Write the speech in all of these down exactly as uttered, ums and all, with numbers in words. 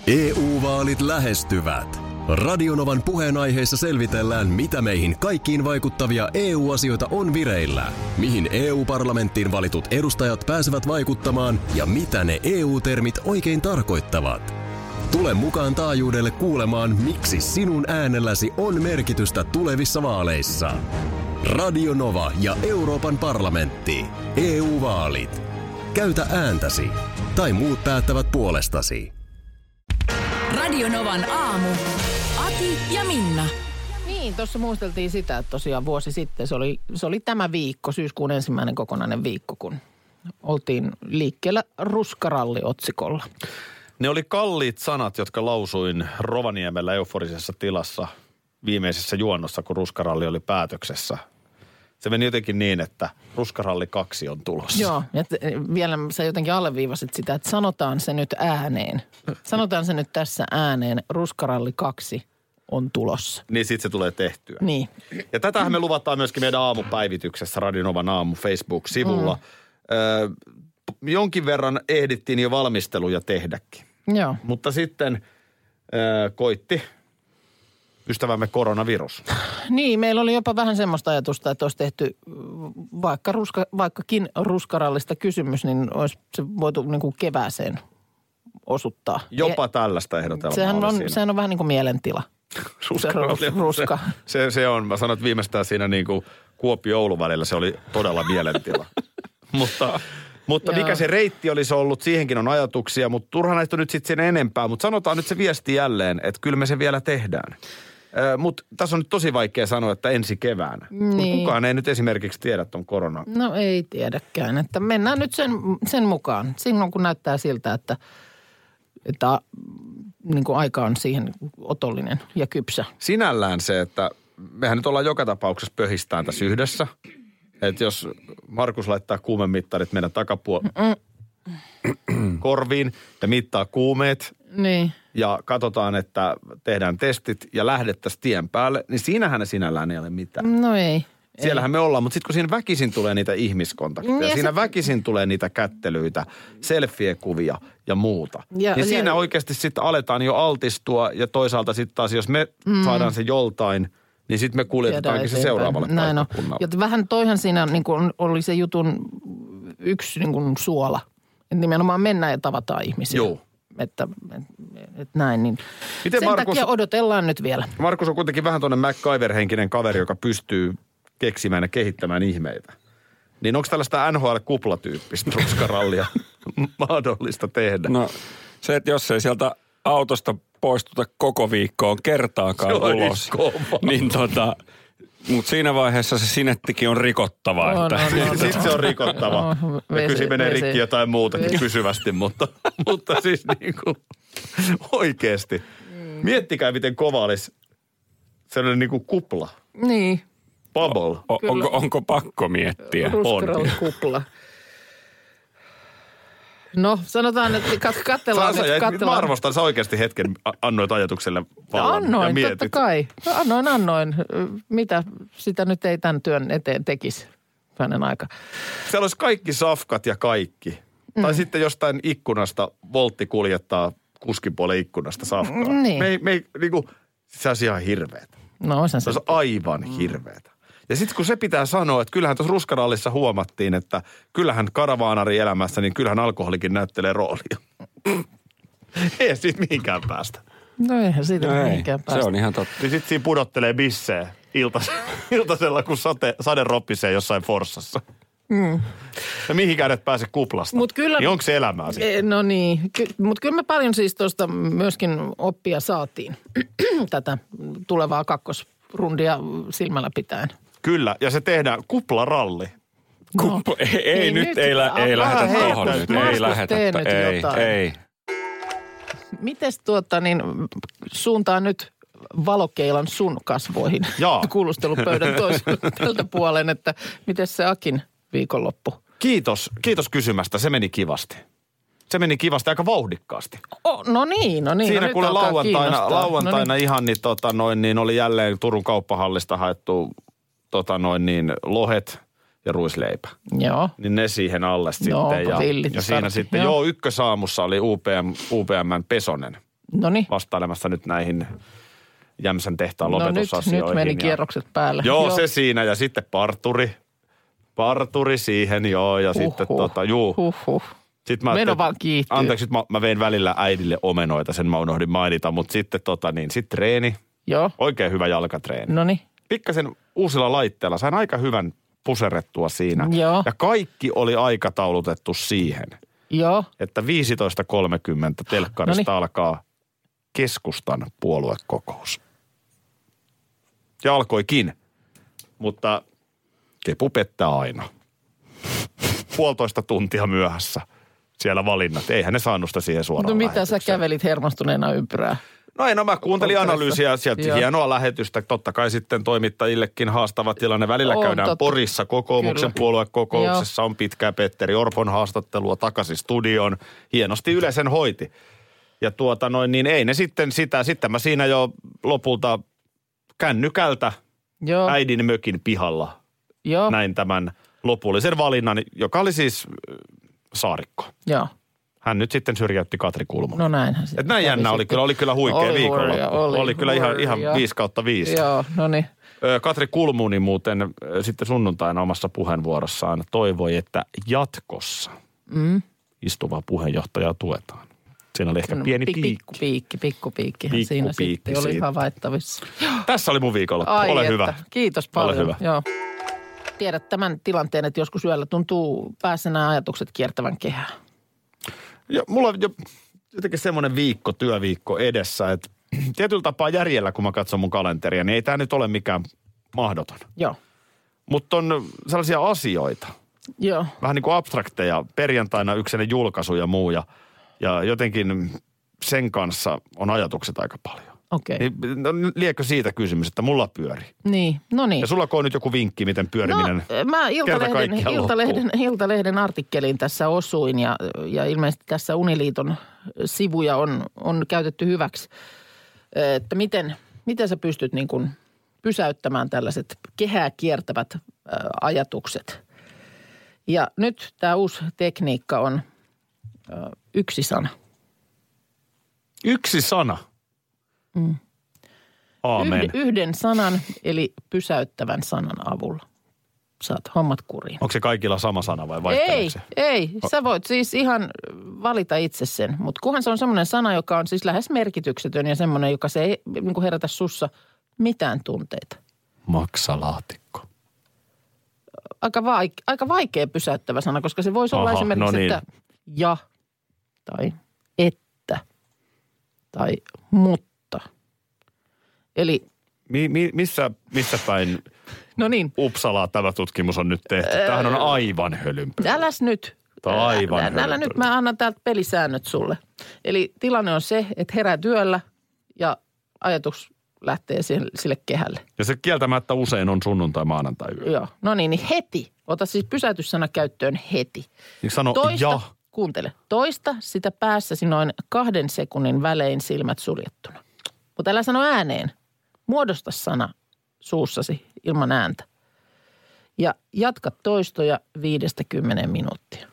E U-vaalit lähestyvät. Radionovan puheenaiheessa selvitellään, mitä meihin kaikkiin vaikuttavia E U-asioita on vireillä, mihin E U-parlamenttiin valitut edustajat pääsevät vaikuttamaan ja mitä ne E U-termit oikein tarkoittavat. Tule mukaan taajuudelle kuulemaan, miksi sinun äänelläsi on merkitystä tulevissa vaaleissa. Radio Nova ja Euroopan parlamentti. E U-vaalit. Käytä ääntäsi. Tai muut päättävät puolestasi. Radio Novan aamu. Ati ja Minna. Niin, tuossa muisteltiin sitä, että tosiaan vuosi sitten, se oli, se oli tämä viikko, syyskuun ensimmäinen kokonainen viikko, kun oltiin liikkeellä ruskaralli-otsikolla. Ne oli kalliit sanat, jotka lausuin Rovaniemellä euforisessa tilassa viimeisessä juonnossa, kun ruskaralli oli päätöksessä. Se meni jotenkin niin, että ruskaralli kaksi on tulossa. Joo, että vielä sä jotenkin alleviivasit sitä, että sanotaan se nyt ääneen. Sanotaan se nyt tässä ääneen, ruskaralli kaksi on tulossa. Niin sit se tulee tehtyä. Niin. Ja tätähän me luvataan myöskin meidän aamupäivityksessä Radio Novan aamu Facebook-sivulla. Mm. Öö, jonkin verran ehdittiin jo valmisteluja tehdäkin. Joo. Mutta sitten öö, koitti ystävämme koronavirus. Niin, meillä oli jopa vähän semmoista ajatusta, että olisi tehty vaikka ruska, vaikkakin ruskarallista kysymys, niin olisi se voitu niin kuin kevääseen osuttaa. Jopa tällaista ehdotelmaa sehän on, siinä. sehän on vähän niin kuin mielentila. Ruskaralli. Ruska. Se, se on, mä sanon, että viimeistään siinä niin kuin Kuopio-Oulu välillä se oli todella mielentila. mutta mutta mikä se reitti olisi ollut, siihenkin on ajatuksia, mutta turha näistä nyt sitten sen enempää. Mutta sanotaan nyt se viesti jälleen, että kyllä me se vielä tehdään. Mutta tässä on nyt tosi vaikea sanoa, että ensi keväänä. Niin. Kukaan ei nyt esimerkiksi tiedä, että on korona. No ei tiedäkään, että mennään nyt sen, sen mukaan. Silloin kun näyttää siltä, että, että niin kuin aika on siihen otollinen ja kypsä. Sinällään se, että mehän nyt ollaan joka tapauksessa pöhistään tässä yhdessä. Että jos Markus laittaa kuumemittarit meidän takapuolelle korviin ja mittaa kuumeet. Niin. Ja katsotaan, että tehdään testit ja lähdettäisiin tien päälle, niin siinähän sinällään ei ole mitään. No ei. Siellähän ei. me ollaan, mutta sitten kun siinä väkisin tulee niitä ihmiskontakteja, ja siinä se... väkisin tulee niitä kättelyitä, selfie-kuvia ja muuta. Ja, niin ja... siinä oikeasti sitten aletaan jo altistua ja toisaalta sitten taas, jos me mm. saadaan se joltain, niin sitten me kuljetetaankin se seuraavalle paikkakunnalle. Ja vähän toihan siinä niin kuin oli se jutun yksi niin kuin suola, että nimenomaan mennään ja tavataan ihmisiä. Joo. Että, että, että näin, niin miten sen Markus, takia odotellaan nyt vielä. Markus on kuitenkin vähän tuonne MacGyver-henkinen kaveri, joka pystyy keksimään ja kehittämään ihmeitä. Niin onko tällaista N H L-kuplatyyppistä ruskarallia mahdollista tehdä? No se, että jos ei sieltä autosta poistuta koko viikkoon kertaakaan ulos, niin tota... Mutta siinä vaiheessa se sinettikin on rikottava. On, että... on, on, Sitten se on rikottava. On, ja kyllä menee vesi. Rikki jotain muutakin vesi. Pysyvästi, mutta, mutta siis niin kuin oikeasti. Mm. Miettikää, miten kova olisi sellainen niin kuin kupla. Niin. Bubble. O, onko, onko pakko miettiä? Ruskarallikupla. No, sanotaan, että kat- katsellaan. Sä, nyt, katsellaan. Mä arvostan, sä oikeasti hetken annoit ajatukselle vallan annoin, ja mietit. Totta kai. Annoin, annoin. Mitä sitä nyt ei tämän työn eteen tekisi hänen aika. Siellä olisi kaikki safkat ja kaikki. Mm. Tai sitten jostain ikkunasta voltti kuljettaa kuskipuolen ikkunasta safkaa. Niin. Me ei, me ei, niin kuin, se olisi ihan hirveetä. No, se olisi aivan mm. hirveätä. Ja sitten kun se pitää sanoa, että kyllähän tuossa ruskarallissa huomattiin, että kyllähän karavaanari elämässä, niin kyllähän alkoholikin näyttelee roolia. Ei siitä mihinkään päästä. No eihän siitä no mihinkään ei, päästä. Se on ihan totta. Niin sitten siinä pudottelee bissejä iltas, iltasella, kun sate, sade ropisee jossain Forssassa. Mm. Ja mihinkään et pääse kuplasta. Mut kyllä, niin onko se elämää sitten? No niin, Ky, mutta kyllä me paljon siis tuosta myöskin oppia saatiin tätä tulevaa kakkosrundia silmällä pitäen. Kyllä, ja se tehdään kuplaralli. Kupla, no, ei, ei nyt, nyt ei, lä, ei lähetä tuohon nyt. Ei lähetä, ei, ei. Mites tuota niin, suuntaa nyt valokeilan sun kasvoihin kuulustelupöydän toiselta puolen, että miten se Akin viikonloppu? Kiitos, kiitos kysymästä. Se meni kivasti. Se meni kivasti aika vauhdikkaasti. Oh, no niin, no niin. Siinä no kuule lauantaina, lauantaina no niin. ihan niin, tota, noin, niin oli jälleen Turun kauppahallista haettu tota, noin, niin, lohet ja ruisleipä. Joo. Niin ne siihen alle joo, sitten. Ja, ja siinä sarki. sitten, joo, joo ykkösaamussa oli U P M, U P M:n Pesonen. Noniin. Vastailemassa nyt näihin Jämsän tehtaan no lopetusasioihin. Nyt, nyt meni ja... kierrokset päälle. Joo, joo, se siinä ja sitten parturi. Parturi siihen, joo, ja Huhhuh. sitten tota, juu. Huhhuh. Sitten mä Meno vaan kiihtyy. Anteeksi, mä, mä vein välillä äidille omenoita, sen mä unohdin mainita, mutta sitten tota niin, sit treeni. Joo. Oikein hyvä jalkatreeni. Noniin. Pikkasen uusilla laitteilla, sain aika hyvän puserrettua siinä. Joo. Ja kaikki oli aikataulutettu siihen, joo. että viisitoista kolmekymmentä telkkarista Noniin. alkaa keskustan puoluekokous. Ja alkoikin, mutta kepu pettää aina. Puolitoista tuntia myöhässä siellä valinnat. Eihän ne saanut sitä siihen suoraan No mitä sä kävelit hermostuneena ympyrää? No ei, no mä kuuntelin analyysiä sieltä Joo. hienoa lähetystä. Totta kai sitten toimittajillekin haastava tilanne. Välillä on, käydään totta. Porissa kokoomuksen Kyllä. puoluekokouksessa. Joo. On pitkää Petteri Orpon haastattelua takaisin studioon. Hienosti Yle sen hoiti. Ja tuota noin, niin ei ne sitten sitä. Sitten mä siinä jo lopulta kännykältä Joo. äidin mökin pihalla Joo. näin tämän lopullisen valinnan, joka oli siis Saarikko. Joo. Hän nyt sitten syrjäytti Katri Kulmunin. No näinhän se. Et näin jännä oli kyllä, oli kyllä huikea oli viikonloppu. Oli, oli kyllä ihan, ihan viisi kautta viisi. Joo, no niin. Katri Kulmuni muuten sitten sunnuntaina omassa puheenvuorossaan toivoi, että jatkossa mm. istuvaa puheenjohtajaa tuetaan. Siinä oli ehkä no, pieni pik, piikki. Pikku piikki, pikku piikki. Pikku siinä piikki sitten siitä. oli havaittavissa. Tässä oli mun viikonloppu. Ai Ole että. hyvä. Kiitos paljon. Ole hyvä. Joo. Tiedät tämän tilanteen, että joskus yöllä tuntuu päässä nämä ajatukset kiertävän kehää. Ja mulla on jo jotenkin semmoinen viikko, työviikko edessä, että tietyllä tapaa järjellä, kun mä katson mun kalenteria, niin ei tämä nyt ole mikään mahdoton. Joo. Mutta on sellaisia asioita, Joo. vähän niin kuin abstrakteja, perjantaina yksinen julkaisu ja muu, ja, ja jotenkin sen kanssa on ajatukset aika paljon. Okei. Okay. Niin, no, liekö siitä kysymys, että mulla pyöri? Niin, no niin. Ja sulla on nyt joku vinkki, miten pyöriminen no, mä Iltalehden, Iltalehden, Iltalehden artikkeliin tässä osuin ja, ja ilmeisesti tässä Uniliiton sivuja on, on käytetty hyväksi, että miten, miten sä pystyt niin kuin pysäyttämään tällaiset kehää kiertävät ä, ajatukset. Ja nyt tämä uusi tekniikka on ä, yksi sana. Yksi sana? Mm. Aamen. Yhden, yhden sanan, eli pysäyttävän sanan avulla. Saat hommat kuriin. Onko se kaikilla sama sana vai vaihteleeko Ei, se? ei. Sä voit siis ihan valita itse sen. Mutta kunhan se on semmoinen sana, joka on siis lähes merkityksetön ja semmoinen, joka se ei niin kuin herätä sussa mitään tunteita. Maksalaatikko. Aika, vaike- aika vaikea pysäyttävä sana, koska se voisi olla Aha, esimerkiksi, no niin. että ja tai että tai mutta. Eli Mi, mi, missä, missä päin no niin. Uppsalaa tämä tutkimus on nyt tehty? Tämähän on aivan hölynpöly. Äläs nyt. Tämä aivan älä, älä, älä nyt, mä annan täältä pelisäännöt sulle. Eli tilanne on se, että herää työllä ja ajatus lähtee siihen, sille kehälle. Ja se kieltämättä usein on sunnuntai, maanantai yö. Joo, no niin, niin heti. Ota siis pysäytyssana käyttöön heti. Niin sano toista, ja. Kuuntele. Toista sitä päässäsi noin kahden sekunnin välein silmät suljettuna. Mutta älä sano ääneen. Muodosta sana suussasi ilman ääntä. Ja jatka toistoja viidestä kymmeneen minuuttia.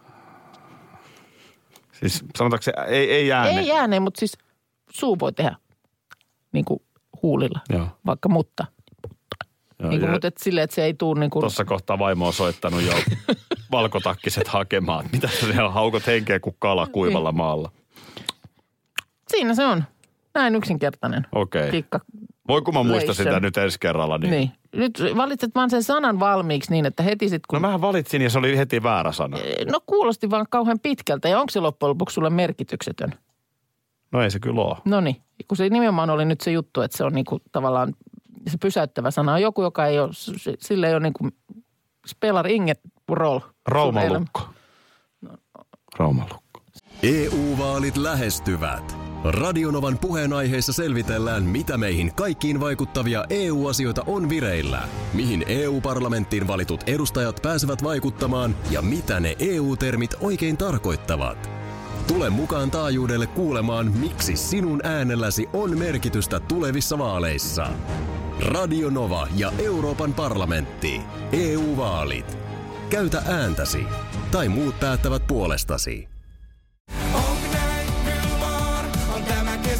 Siis sanotaanko se, ei, ei ääneen? Ei ääneen, mutta siis suu voi tehdä niin kuin huulilla. Joo. Vaikka mutta. Joo, niin kuin, mutta et silleen, että se ei tule niin kuin... Tuossa kohtaa vaimo on soittanut jo valkotakkiset hakemaan. Mitä sä siellä haukot henkeä kuin kala kuivalla maalla? Siinä se on. Näin yksinkertainen. Okei. Kikka. Voinko mä muista sitä nyt ensi kerralla? Niin. niin. Nyt valitset vaan sen sanan valmiiksi niin, että heti sit kun... No mähän valitsin ja se oli heti väärä sana. No kuulosti vaan kauhean pitkältä. Ja onko se loppujen lopuksi sulle merkityksetön? No ei se kyllä ole. No niin. Kun se nimenomaan oli nyt se juttu, että se on niinku tavallaan se pysäyttävä sana on joku, joka ei ole, sille ei ole niinku spelar inget roll. Raumalukko. No. Raumalukko. E U-vaalit lähestyvät. Radionovan puheenaiheessa selvitellään, mitä meihin kaikkiin vaikuttavia E U-asioita on vireillä, mihin E U-parlamenttiin valitut edustajat pääsevät vaikuttamaan ja mitä ne E U-termit oikein tarkoittavat. Tule mukaan taajuudelle kuulemaan, miksi sinun äänelläsi on merkitystä tulevissa vaaleissa. Radio Nova ja Euroopan parlamentti. E U-vaalit. Käytä ääntäsi. Tai muut päättävät puolestasi.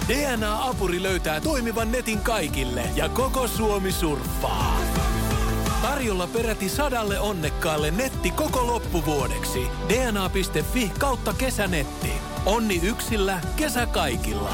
D N A-apuri löytää toimivan netin kaikille ja koko Suomi surffaa. Tarjolla peräti sadalle onnekkaalle netti koko loppuvuodeksi. D N A piste fi kautta kesänetti. Onni yksillä, kesä kaikilla.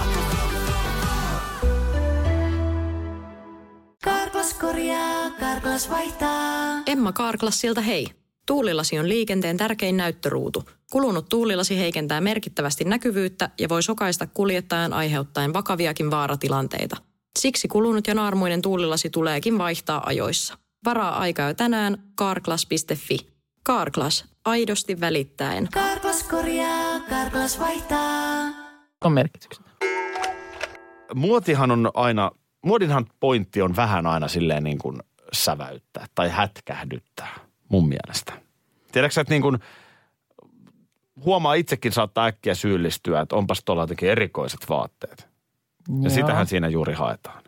Karklas korjaa, Karklas vaihtaa. Emma Karklassilta hei. Tuulilasi on liikenteen tärkein näyttöruutu. Kulunut tuulilasi heikentää merkittävästi näkyvyyttä ja voi sokaista kuljettajan aiheuttaen vakaviakin vaaratilanteita. Siksi kulunut ja naarmuinen tuulilasi tuleekin vaihtaa ajoissa. Varaa aikaa jo tänään karklas piste fi. Karklas, aidosti välittäen. Karklas korjaa, Karklas vaihtaa. On merkitykset. Muotihan on aina, muodinhan pointti on vähän aina silleen niin kuin säväyttää tai hätkähdyttää mun mielestä. Tiedätkö sä, että niin kuin huomaa itsekin saattaa äkkiä syyllistyä, että onpas tuolla jotenkin erikoiset vaatteet. Ja Joo. sitähän siinä juuri haetaan.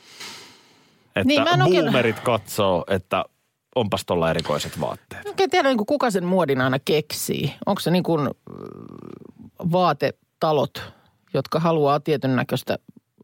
Että Niin, mä en oikein- boomerit katsoo, että onpas tuolla erikoiset vaatteet. Mä en tiedä, niin kuin kuka sen muodin aina keksii. Onko se niin kuin äh, vaatetalot, jotka haluaa tietyn näköistä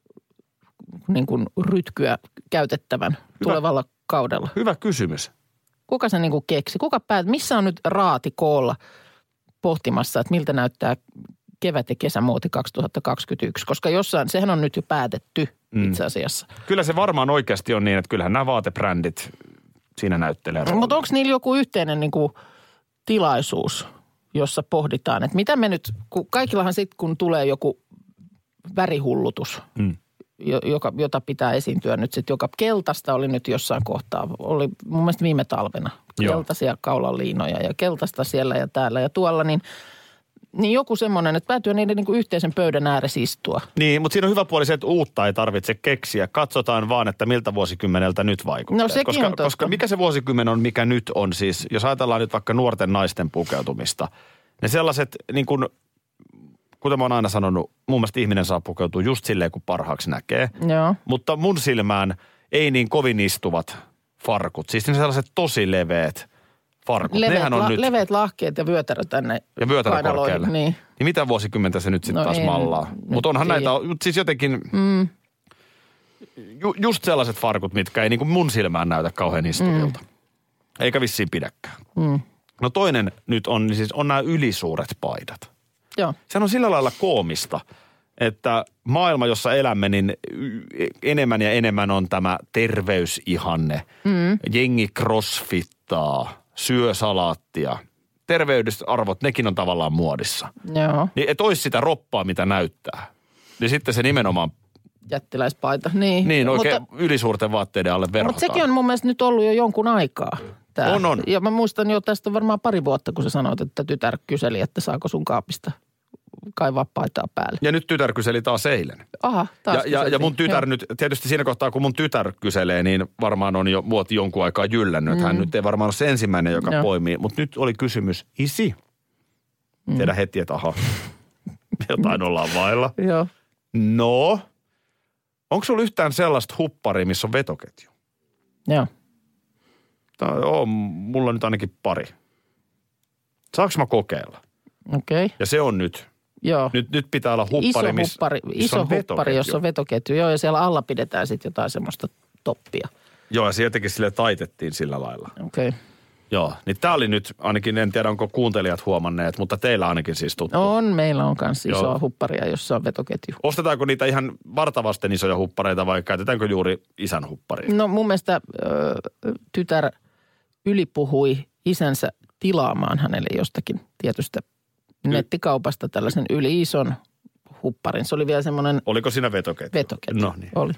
niin kuin rytkyä käytettävän tulevalla kaudella? Hyvä kysymys. Kuka sen niin kuin keksi? Kuka päät, missä on nyt raati koolla pohtimassa, että miltä näyttää kevät- ja kesämuoti kaksituhattakaksikymmentäyksi? Koska jossain, sehän on nyt jo päätetty itse asiassa. Kyllä se varmaan oikeasti on niin, että kyllähän nämä vaatebrändit siinä näyttelee roolia. Mutta onko niillä joku yhteinen niin kuin tilaisuus, jossa pohditaan, että mitä me nyt, kun kaikillahan sitten kun tulee joku värihullutus, Mm. jo- joka, jota pitää esiintyä nyt sitten, joka keltaista oli nyt jossain kohtaa, oli mun mielestä viime talvena, Joo. keltaisia kaulanliinoja ja keltaista siellä ja täällä ja tuolla, niin, niin joku semmoinen, että päätyy niiden niin kuin yhteisen pöydän ääressä istua. Niin, mutta siinä on hyvä puoli se, että uutta ei tarvitse keksiä. Katsotaan vaan, että miltä vuosikymmeneltä nyt vaikuttaa. No sekin koska, on totta. koska mikä se vuosikymmen on, mikä nyt on siis, jos ajatellaan nyt vaikka nuorten naisten pukeutumista, ne sellaiset niin kuin, kuten mä oon aina sanonut, mun mielestä ihminen saa pukeutua just silleen, kun parhaaksi näkee. Joo. Mutta mun silmään ei niin kovin istuvat farkut. Siis ne sellaiset tosi leveät farkut. Leveät, Nehän on la, nyt, leveät lahkeet ja vyötärö tänne ja vyötärö kainaloihin, korkealle. Niin. Niin mitä vuosikymmentä se nyt sitten No taas en mallaa? nyt Mutta onhan tiedä. näitä, mut siis jotenkin, mm. ju, just sellaiset farkut, mitkä ei niin kuin mun silmään näytä kauhean istuvilta. Mm. Eikä vissiin pidäkään. Mm. No toinen nyt on, niin siis on nämä ylisuuret paidat. Joo. Sehän on sillä lailla koomista, että maailma, jossa elämme, niin y- enemmän ja enemmän on tämä terveysihanne. Mm. Jengi crossfittaa, syö salaattia. Terveydysarvot, nekin on tavallaan muodissa. Joo. Niin et ois sitä roppaa, mitä näyttää. Niin sitten se nimenomaan, Jättiläispaita, niin. niin oikein Mutta, ylisuurten vaatteiden alle verhotaan. mutta sekin on mun mielestä nyt ollut jo jonkun aikaa. Tää. On, on. Ja mä muistan jo tästä varmaan pari vuotta, kun sä sanoit, että tytär kyseli, että saako sun kaapista kaivaa paitaa päälle. Ja nyt tytär kyseli taas eilen. Aha, taas Ja, ja, ja kyseltiin. mun tytär Joo. nyt, tietysti siinä kohtaa kun mun tytär kyselee, niin varmaan on jo muoti jonkun aikaa jyllännyt. Mm. Hän nyt ei varmaan ole se ensimmäinen, joka Joo. poimii. Mutta nyt oli kysymys, isi. Mm. Tiedä heti, että aha, jotain ollaan vailla. Joo. No, onko sulla yhtään sellaista hupparia, missä on vetoketju? Joo. Tää on mulla nyt ainakin pari. Saanko mä kokeilla? Okei. Okay. Ja se on nyt. Joo. Nyt, nyt pitää olla huppari, iso missä, huppari, missä iso on huppari, vetoketju. jossa on vetoketju. Joo, ja siellä alla pidetään sitten jotain semmoista toppia. Joo, ja se jotenkin sille taitettiin sillä lailla. Okei. Okay. Joo, niin tää oli nyt, ainakin en tiedä onko kuuntelijat huomanneet, mutta teillä ainakin siis tuttu. On, meillä on myös isoa Joo. hupparia, jossa on vetoketju. Ostetaanko niitä ihan vartavasten isoja huppareita vai käytetäänkö juuri isän hupparia? No mun mielestä ö, tytär ylipuhui isänsä tilaamaan hänelle jostakin tietystä nettikaupasta tällaisen yli-ison hupparin. Se oli vielä semmoinen Oliko siinä vetoketju? vetoketju. No niin. Oli.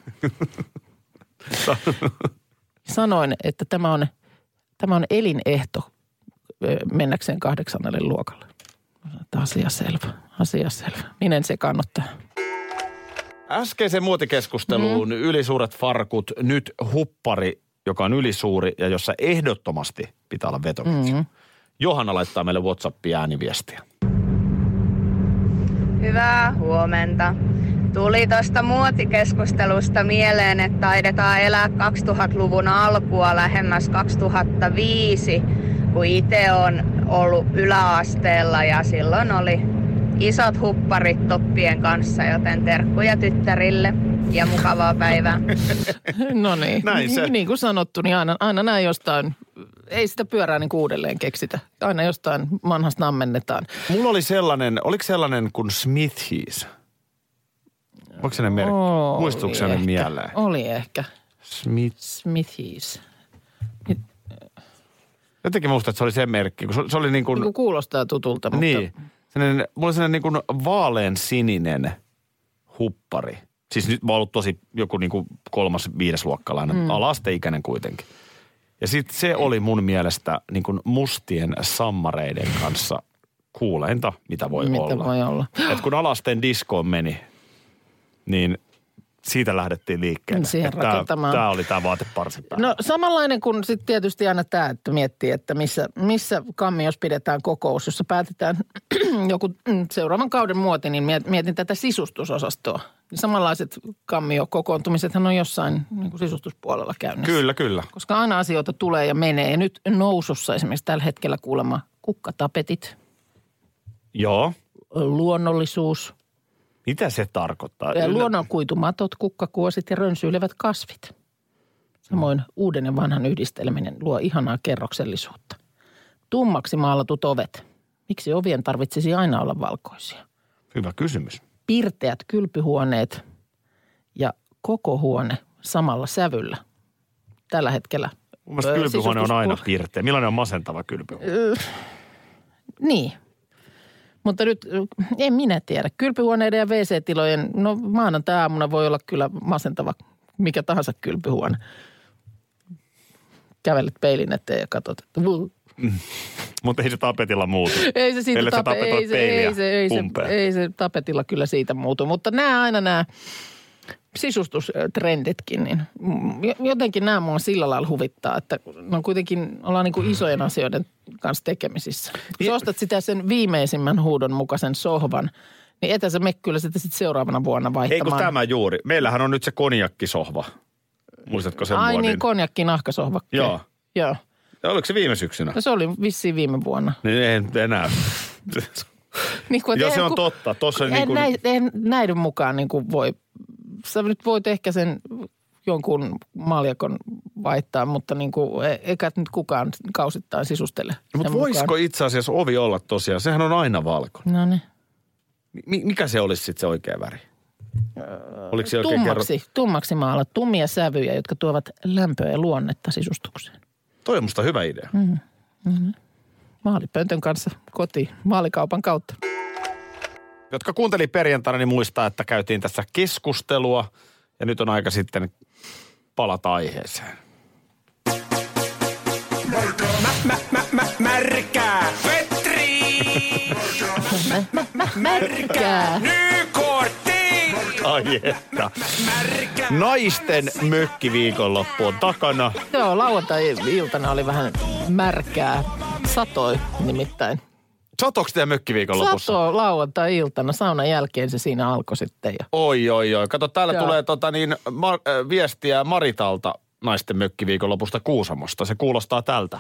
Sanoin, että tämä on, tämä on elinehto ö, mennäkseen kahdeksannelle luokalle. Asia selvä, asia selvä. Minen se kannattaa? Äskeisen muotikeskusteluun mm. ylisuuret farkut, nyt huppari, joka on ylisuuri ja jossa ehdottomasti pitää olla vetoketju. Mm. Johanna laittaa meille WhatsAppiin ääniviestiä. Hyvää huomenta. Tuli tuosta muotikeskustelusta mieleen, että taidetaan elää kaksituhattaluvun alkua lähemmäs kaksituhattaviisi, kun itse on ollut yläasteella ja silloin oli isot hupparit toppien kanssa, joten terkkuja tyttärille ja mukavaa päivää. No niin, Näin se. niin kuin sanottu, niin aina, aina näin jostain, ei sitä pyörää niin kuin uudelleen keksitä. Aina jostain vanhasta nammennetaan. Mulla oli sellainen, oliko sellainen kuin Smithies? Onko se ne merkki? Oli Muistuuko se ne ehkä. mieleen? Oli ehkä. Smith. Smithies. Jotenkin muistan, että se oli se merkki, kun se, se oli niin kuin... Niin kuin kuulostaa tutulta, mutta... Niin. Sellainen, mulla oli sellainen niin kuin vaalean sininen huppari. Siis nyt mä oon ollut tosi joku niin kuin kolmas, viidesluokkalainen, mm. ala-asteikäinen kuitenkin. Ja sitten se oli mun mielestä niin kuin mustien sammareiden kanssa kuuleinta, mitä voi mitä olla. Mitä voi olla. Et kun alasteen diskoon meni, niin siitä lähdettiin liikkeelle. Siihen rakentamaan. Tämä oli tämä vaateparsi päällä. No samanlainen kuin sitten tietysti aina tämä, että miettii, että missä, missä kammiossa pidetään kokous, jossa päätetään joku seuraavan kauden muoti, niin mietin tätä sisustusosastoa. Niin samanlaiset kammiokokoontumisethan on jossain niin kuin sisustuspuolella käynnissä. Kyllä, kyllä. Koska aina asioita tulee ja menee. Ja nyt nousussa esimerkiksi tällä hetkellä kuulemma kukkatapetit. Joo. Luonnollisuus. Mitä se tarkoittaa? Ja luonnonkuitumatot, kukkakuosit ja rönsyilevät kasvit. Samoin uuden ja vanhan yhdisteleminen luo ihanaa kerroksellisuutta. Tummaksi maalatut ovet. Miksi ovien tarvitsisi aina olla valkoisia? Hyvä kysymys. Pirteät kylpyhuoneet ja koko huone samalla sävyllä. Tällä hetkellä. Mun mielestä kylpyhuone on aina pirteä. Millainen on masentava kylpyhuone? Öö, niin. Mutta nyt en minä tiedä. Kylpyhuoneiden ja wee see-tilojen, no maanantai-aamuna voi olla kyllä masentava mikä tahansa kylpyhuone. Kävelet peilin eteen ja katsot, että... Mm. Mutta ei se tapetilla muutu. Ei se siitä tape, tape, ei, se, ei, se, ei, se, ei se tapetilla kyllä siitä muutu. Mutta nämä aina nämä sisustustrenditkin, niin jotenkin nämä mua sillä lailla huvittaa, että no kuitenkin ollaan niin kuin isojen asioiden kanssa tekemisissä. Jos ostat sitä sen viimeisimmän huudon mukaisen sohvan, niin etä sä me kyllä sitä sitten seuraavana vuonna vaihtamaan. Ei kun tämä juuri. Meillähän on nyt se konjakkisohva. Muistatko sen Ai muodin? niin, konjakki nahkasohva. Joo. Joo. Ja oliko se viime syksynä? No se oli vissiin viime vuonna. Niin ei nyt enää. niin kuin, Joo, se on kun, totta. Tossa en, niin kuin... näin, en näiden mukaan niin kuin voi, sä nyt voit ehkä sen jonkun maljakon vaihtaa, mutta niin kuin, eikä nyt kukaan kausittain sisustele. No, mutta voisiko mukaan. Itse asiassa ovi olla tosiaan? Sehän on aina valkoinen. No niin. Mikä se olisi sitten se oikea väri? Oliko se oikein tummaksi, kerro... tummaksi maalla tummia sävyjä, jotka tuovat lämpöä ja luonnetta sisustukseen. Toi on musta hyvä idea. Mm-hmm. Mm-hmm. Maalipöntön kanssa kotiin maalikaupan kautta. Jotka kuunteli perjantaina, niin muistaa, että käytiin tässä keskustelua ja nyt on aika sitten palata aiheeseen. Mä, mä, mä, mä, märkää Petri! Mä, mä, mä, märkää! Nykortti! Ai että. Naisten mökkiviikonloppu on takana. Joo, lauantai-iltana oli vähän märkää. Satoi nimittäin. Satoiko teidän mökkiviikonlopussa? Sato lauantai-iltana. Saunan jälkeen se siinä alkoi sitten. Ja... Oi, oi, oi. Kato, täällä Joo. tulee tota niin, ma- äh, viestiä Maritalta naisten mökkiviikonlopusta Kuusamosta. Se kuulostaa tältä.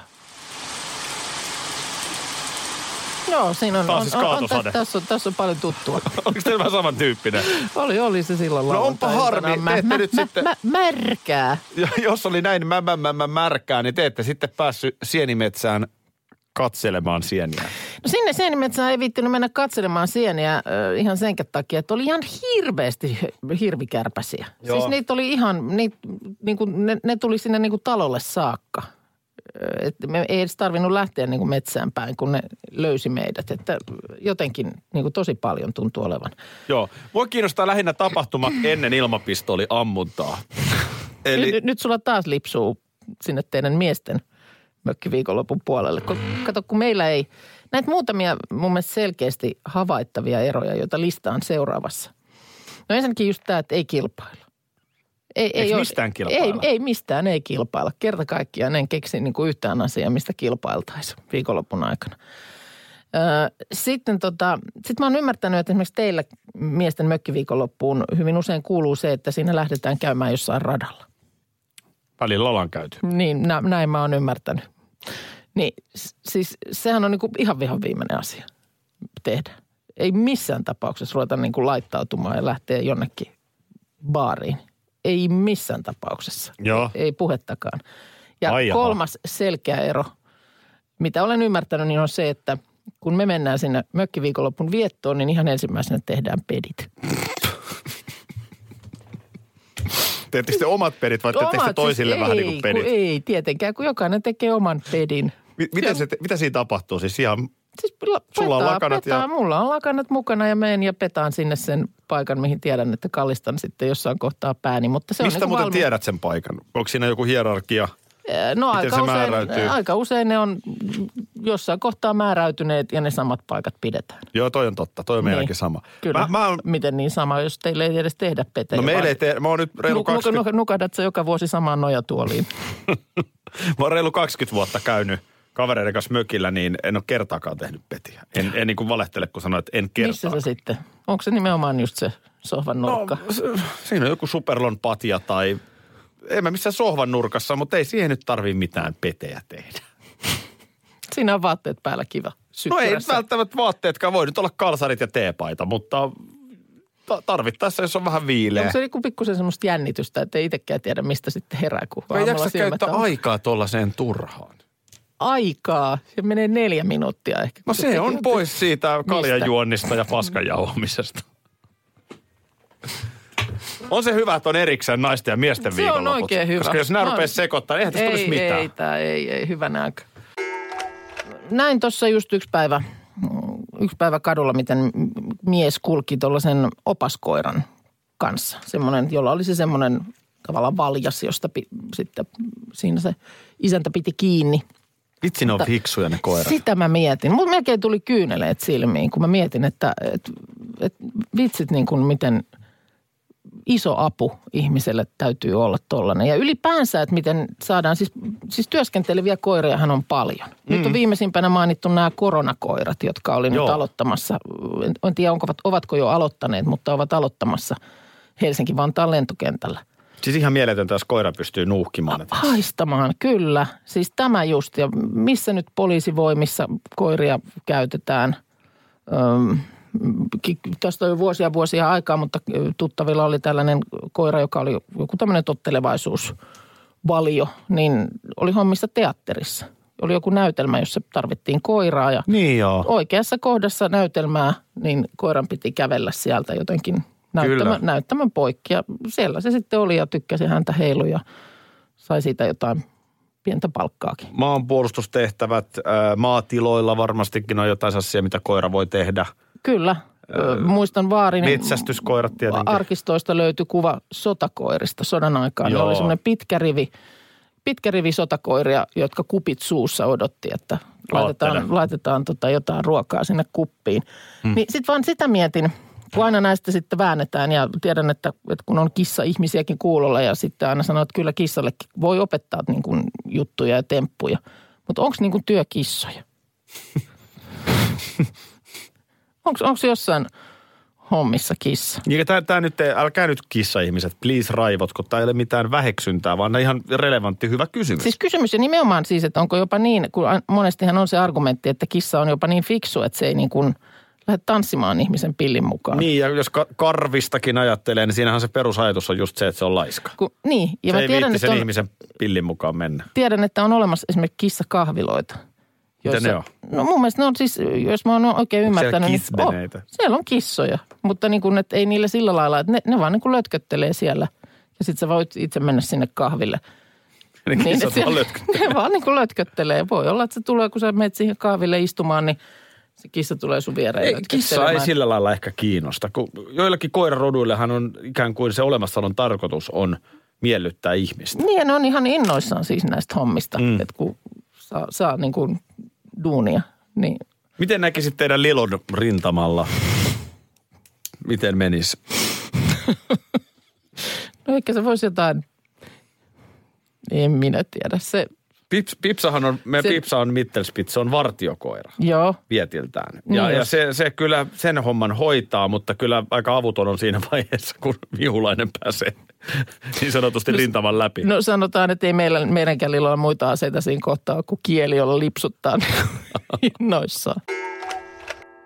Joo, siinä on, Taas on, siis on, on, kaatosade. tässä, on, tässä on paljon tuttua. Oliko teillä vähän samantyyppinen? oli, oli se silloin No onpa lauantai-iltana. harmi, Mä, te ette mä, nyt mä, sitten- mä, märkää. Ja jos oli näin mä, mä, mä, mä märkää, niin te ette sitten päässyt sienimetsään katselemaan sieniä. No sinne Seinimetsään ei viittinyt mennä katselemaan sieniä äh, ihan senkä takia, että oli ihan hirveästi hirvikärpäsiä. Joo. Siis niitä oli ihan, niit, niin kuin, ne, ne tuli sinne niin kuin talolle saakka. Ö, Et me ei edes tarvinnut lähteä niin kuin metsään päin, kun ne löysi meidät. Että jotenkin niin kuin tosi paljon tuntuu olevan. Joo. Voi kiinnostaa lähinnä tapahtuma ennen ilmapistooliammuntaa. Eli Nyt, nyt sulla taas lipsuu sinne teidän miesten mökkiviikonlopun puolelle. Kun, kato, kun meillä ei, näitä muutamia mun mielestä selkeästi havaittavia eroja, joita listaan seuraavassa. No ensinnäkin just tämä, että ei kilpailla. Ei, Eikö ole- mistään kilpailla? Ei, ei mistään, ei kilpailla. Kerta kaikkiaan en keksi niin kuin yhtään asiaa, mistä kilpailtaisiin viikonlopun aikana. Öö, sitten tota, sit mä oon ymmärtänyt, että esimerkiksi teillä miesten mökkiviikonloppuun hyvin usein kuuluu se, että siinä lähdetään käymään jossain radalla. välillä ollaan käyty. Niin, nä, näin mä oon ymmärtänyt. Niin, s- siis sehän on niinku ihan vihan viimeinen asia tehdä. ei missään tapauksessa ruveta niin kuin laittautumaan ja lähteä jonnekin baariin. Ei missään tapauksessa. Joo. Ei puhettakaan. Ja Ai kolmas selkeä ero, mitä olen ymmärtänyt, niin on se, että kun me mennään sinne mökkiviikonlopun viettoon, niin ihan ensimmäisenä tehdään pedit. Teette sitten omat pedit vai teette sitten toisille siis vähän ei, niin kuin pedit? Ei, tietenkään, kun jokainen tekee oman pedin. M- mitä, se, mitä siinä tapahtuu? Siis ihan, siis la, sulla petaa, on lakanat petaa. ja... Mulla on lakanat mukana ja menen ja petaan sinne sen paikan, mihin tiedän, että kallistan sitten jossain kohtaa pääni. Mutta se Mistä on niin muuten valmi... tiedät sen paikan? Onko siinä joku hierarkia? No Miten aika se usein, määräytyy? aika usein ne on jossain kohtaa määräytyneet ja ne samat paikat pidetään. Joo, toi on totta. Toi on niin. meilläkin sama. Kyllä. Mä, mä on... Miten niin sama, jos teille ei edes tehdä petejä? No meillä ei tee. Mä oon nyt reilu kaksikymmentä... Nukadat sä joka vuosi samaan nojatuoliin? Mä oon reilu kaksikymmentä vuotta käynyt kavereiden kanssa mökillä, niin en ole kertaakaan tehnyt petiä. En, en niin kuin valehtele, kun sanoin, että en kertaakaan. Missä se sitten? Onko se nimenomaan just se sohvan nurkka? No, siinä on joku Superlon patja tai... En mä missään sohvan nurkassa, mutta ei siihen nyt tarvii mitään petejä tehdä. Siinä on vaatteet päällä kiva. No ei välttämättä vaatteetkaan. Voi nyt olla kalsarit ja teepaita, mutta tarvittaessa, jos on vähän viileä. Onko se joku pikkusen semmoista jännitystä, että ei itsekään tiedä, mistä sitten herää, kun ei jaksa käyttää on. aikaa tuollaiseen turhaan. Aikaa? Se menee neljä minuuttia ehkä. No se on pois siitä kaljanjuonnista ja paskanjauhamisesta. On se hyvä, että on erikseen naisten ja miesten viikonloput. Se on oikein hyvä. Koska jos nämä no, rupeaa sekoittamaan, eihän tästä tulisi mitään. Ei, tää, ei, ei, hyvä nääkö. Näin tuossa just yksi päivä, yksi päivä kadulla, miten mies kulki tuollaisen opaskoiran kanssa. Semmoinen, jolla oli se semmoinen tavallaan valjas, josta pi, sitten siinä se isäntä piti kiinni. Vitsi, ne on fiksuja ne koirat. Sitä mä mietin. Mulla melkein tuli kyyneleet silmiin, kun mä mietin, että et, et vitsit niin kuin miten iso apu ihmiselle täytyy olla tollainen. Ja ylipäänsä, että miten saadaan, siis, siis työskenteleviä koiriahan on paljon. Mm. Nyt on viimeisimpänä mainittu nämä koronakoirat, jotka oli Joo. nyt aloittamassa. En, en tiedä, onko, ovatko jo aloittaneet, mutta ovat aloittamassa Helsinki-Vantaan lentokentällä. Siis ihan mieletöntä, jos koira pystyy nuuhkimaan. Haistamaan, kyllä. Siis tämä just. Ja missä nyt poliisivoimissa koiria käytetään? Öm, tästä on jo vuosia vuosia aikaa, mutta tuttavilla oli tällainen koira, joka oli joku tämmöinen tottelevaisuusvalio, niin oli hommissa teatterissa. Oli joku näytelmä, jossa tarvittiin koiraa ja niin joo. Oikeassa kohdassa näytelmää, niin koiran piti kävellä sieltä jotenkin näyttämän, näyttämän poikki. Ja siellä se sitten oli ja tykkäsi häntä heilu ja sai siitä jotain pientä palkkaakin. Maanpuolustustehtävät, ää, maatiloilla varmastikin on jotain sellaisia, mitä koira voi tehdä. Kyllä. Öö, Muistan vaarin. Metsästyskoirat tietenkin. Arkistoista löytyi kuva sotakoirista sodan aikaan. Ne oli semmoinen pitkä rivi, pitkä rivi sotakoiria, jotka kupit suussa odotti, että laitetaan, laitetaan tota jotain ruokaa sinne kuppiin. Hmm. Niin sitten vaan sitä mietin, kun aina näistä sitten väännetään ja tiedän, että, että kun on kissa ihmisiäkin kuulolla ja sitten aina sanoo, että kyllä kissallekin voi opettaa niin kuin juttuja ja temppuja. Mutta onko niin kuin työkissoja? Onko jossain hommissa kissa? Tämä nyt, älkää nyt kissa-ihmiset, please raivot, kun tämä ei ole mitään väheksyntää, vaan ihan relevantti hyvä kysymys. Siis kysymys ja nimenomaan siis, että onko jopa niin, kun monestihan on se argumentti, että kissa on jopa niin fiksu, että se ei niin kuin lähde tanssimaan ihmisen pillin mukaan. Niin, ja jos karvistakin ajattelee, niin siinähän se perusajatus on just se, että se on laiska. Ku, niin. Ja se mä ei tiedän, viitti sen on, ihmisen pillin mukaan mennä. Tiedän, että on olemassa esimerkiksi kissakahviloita. Mitä ne on? No mun mielestä ne on siis, jos mä oon oikein Onko ymmärtänyt. siellä Niin, oh, siellä on kissoja, mutta niin kuin, että ei niille sillä lailla, että ne, ne vaan niin kuin lötköttelee siellä. Ja sit sä voit itse mennä sinne kahville. Ne niin, kissat vaan lötköttelee. Ne vaan niin kuin lötköttelee. Voi olla, että se tulee, kun sä menet siihen kahville istumaan, niin se kissa tulee sun viereen. Ei, kissa ei sillä lailla ehkä kiinnosta. Kun joillakin koiraroduillehan on ikään kuin se olemassaolon tarkoitus on miellyttää ihmistä. Niin, ja ne on ihan innoissaan siis näistä hommista, Mm. että kun saa, saa niin kuin duunia, niin Miten näkisit teidän Lilon rintamalla? Miten menisi? no ehkä se voisi jotain, en minä tiedä. Se, Pips, Pipsahan on, meidän se, Pipsa on Mittelspitz, se on vartiokoira. Joo. Vietiltään. Niin Ja, ja jos. se, se kyllä sen homman hoitaa, mutta kyllä aika avuton on siinä vaiheessa, kun vihulainen pääsee niin sanotusti no, rintaman läpi. No sanotaan, että ei meillä, meidänkään Lilolla ole muita aseita siinä kohtaa, kun kieli, jolla lipsuttaa innoissaan.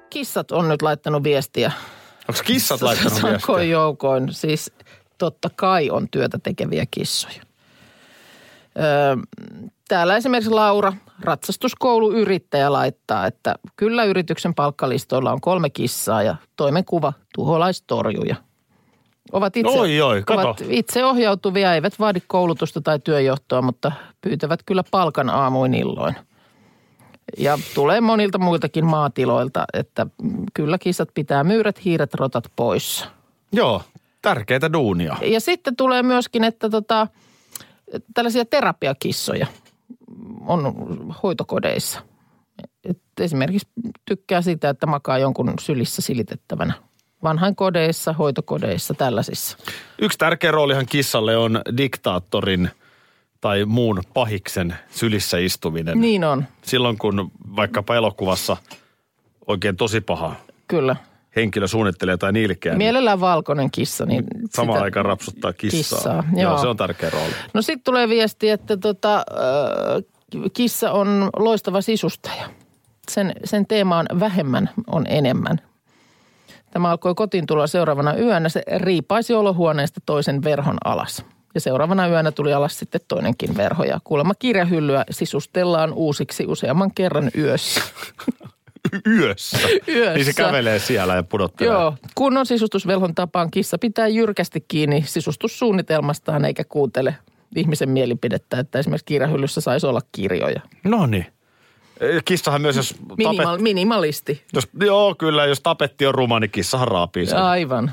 kissat on nyt laittanut viestiä. Onko kissat laittanut viestiä? Sankoin joukoin. Siis totta kai on työtä tekeviä kissoja. Öö, täällä esimerkiksi Laura, ratsastuskouluyrittäjä, laittaa, että kyllä yrityksen palkkalistoilla on kolme kissaa ja toimenkuva tuholaistorjuja. Ovat itse, oi, oi, kato. ovat itse ohjautuvia, eivät vaadi koulutusta tai työjohtoa, mutta pyytävät kyllä palkan aamuin illoin. Ja tulee monilta muiltakin maatiloilta, että kyllä kissat pitää myyrät, hiiret, rotat pois. Joo, tärkeitä duunia. Ja sitten tulee myöskin, että tota, tällaisia terapiakissoja on hoitokodeissa. Et esimerkiksi tykkää sitä, että makaa jonkun sylissä silitettävänä. Vanhainkodeissa, hoitokodeissa, tällaisissa. Yksi tärkeä roolihan kissalle on diktaattorin tai muun pahiksen sylissä istuminen. Niin on. Silloin kun vaikkapa elokuvassa oikein tosi paha Kyllä. henkilö suunnittelee tai ilkeä. Mielellään niin valkoinen kissa. Niin samaan aikaan rapsuttaa kissaa. kissaa. Joo. Joo, se on tärkeä rooli. No sitten tulee viesti, että tota, äh, kissa on loistava sisustaja. Sen, sen teema on vähemmän on enemmän. Tämä alkoi kotiin tulla seuraavana yönä. Se riipaisi olohuoneesta toisen verhon alas. Ja seuraavana yönä tuli alas sitten toinenkin verho. Ja kuulemma kirjahyllyä sisustellaan uusiksi useamman kerran yössä. Yössä? Yössä. Niin se kävelee siellä ja pudottelee. Joo. Kunnon sisustusvelhon tapaan kissa pitää jyrkästi kiinni sisustussuunnitelmastaan eikä kuuntele ihmisen mielipidettä, että esimerkiksi kirjahyllyssä saisi olla kirjoja. No niin. Kissahan myös, jos Minimal, tapet... Minimalisti. Jos, joo, kyllä. Jos tapetti on ruma, niin kissahan raapii sen. Aivan.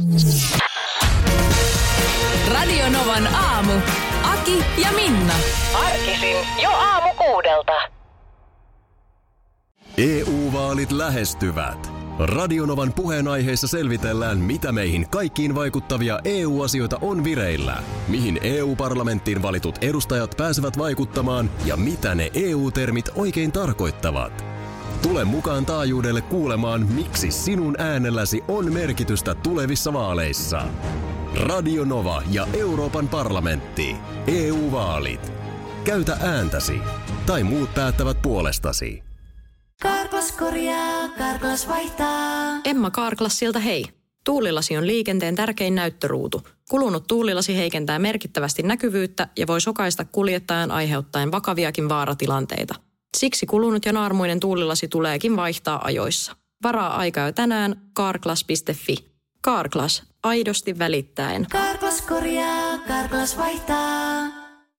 Radio Novan aamu. Aki ja Minna. Arkisin jo aamu kuudelta. E U-vaalit lähestyvät. Radionovan puheenaiheessa selvitellään, mitä meihin kaikkiin vaikuttavia E U-asioita on vireillä, mihin E U-parlamenttiin valitut edustajat pääsevät vaikuttamaan ja mitä ne E U-termit oikein tarkoittavat. Tule mukaan taajuudelle kuulemaan, miksi sinun äänelläsi on merkitystä tulevissa vaaleissa. Radio Nova ja Euroopan parlamentti. E U-vaalit. Käytä ääntäsi. Tai muut päättävät puolestasi. Karklas korjaa, Karklas vaihtaa. Emma Karklassilta hei. Tuulilasi on liikenteen tärkein näyttöruutu. Kulunut tuulilasi heikentää merkittävästi näkyvyyttä ja voi sokaista kuljettajan aiheuttaen vakaviakin vaaratilanteita. Siksi kulunut ja naarmuinen tuulilasi tuleekin vaihtaa ajoissa. Varaa aikaa jo tänään karklas piste fi. Karklas, aidosti välittäen. Karklas korjaa, Karklas vaihtaa.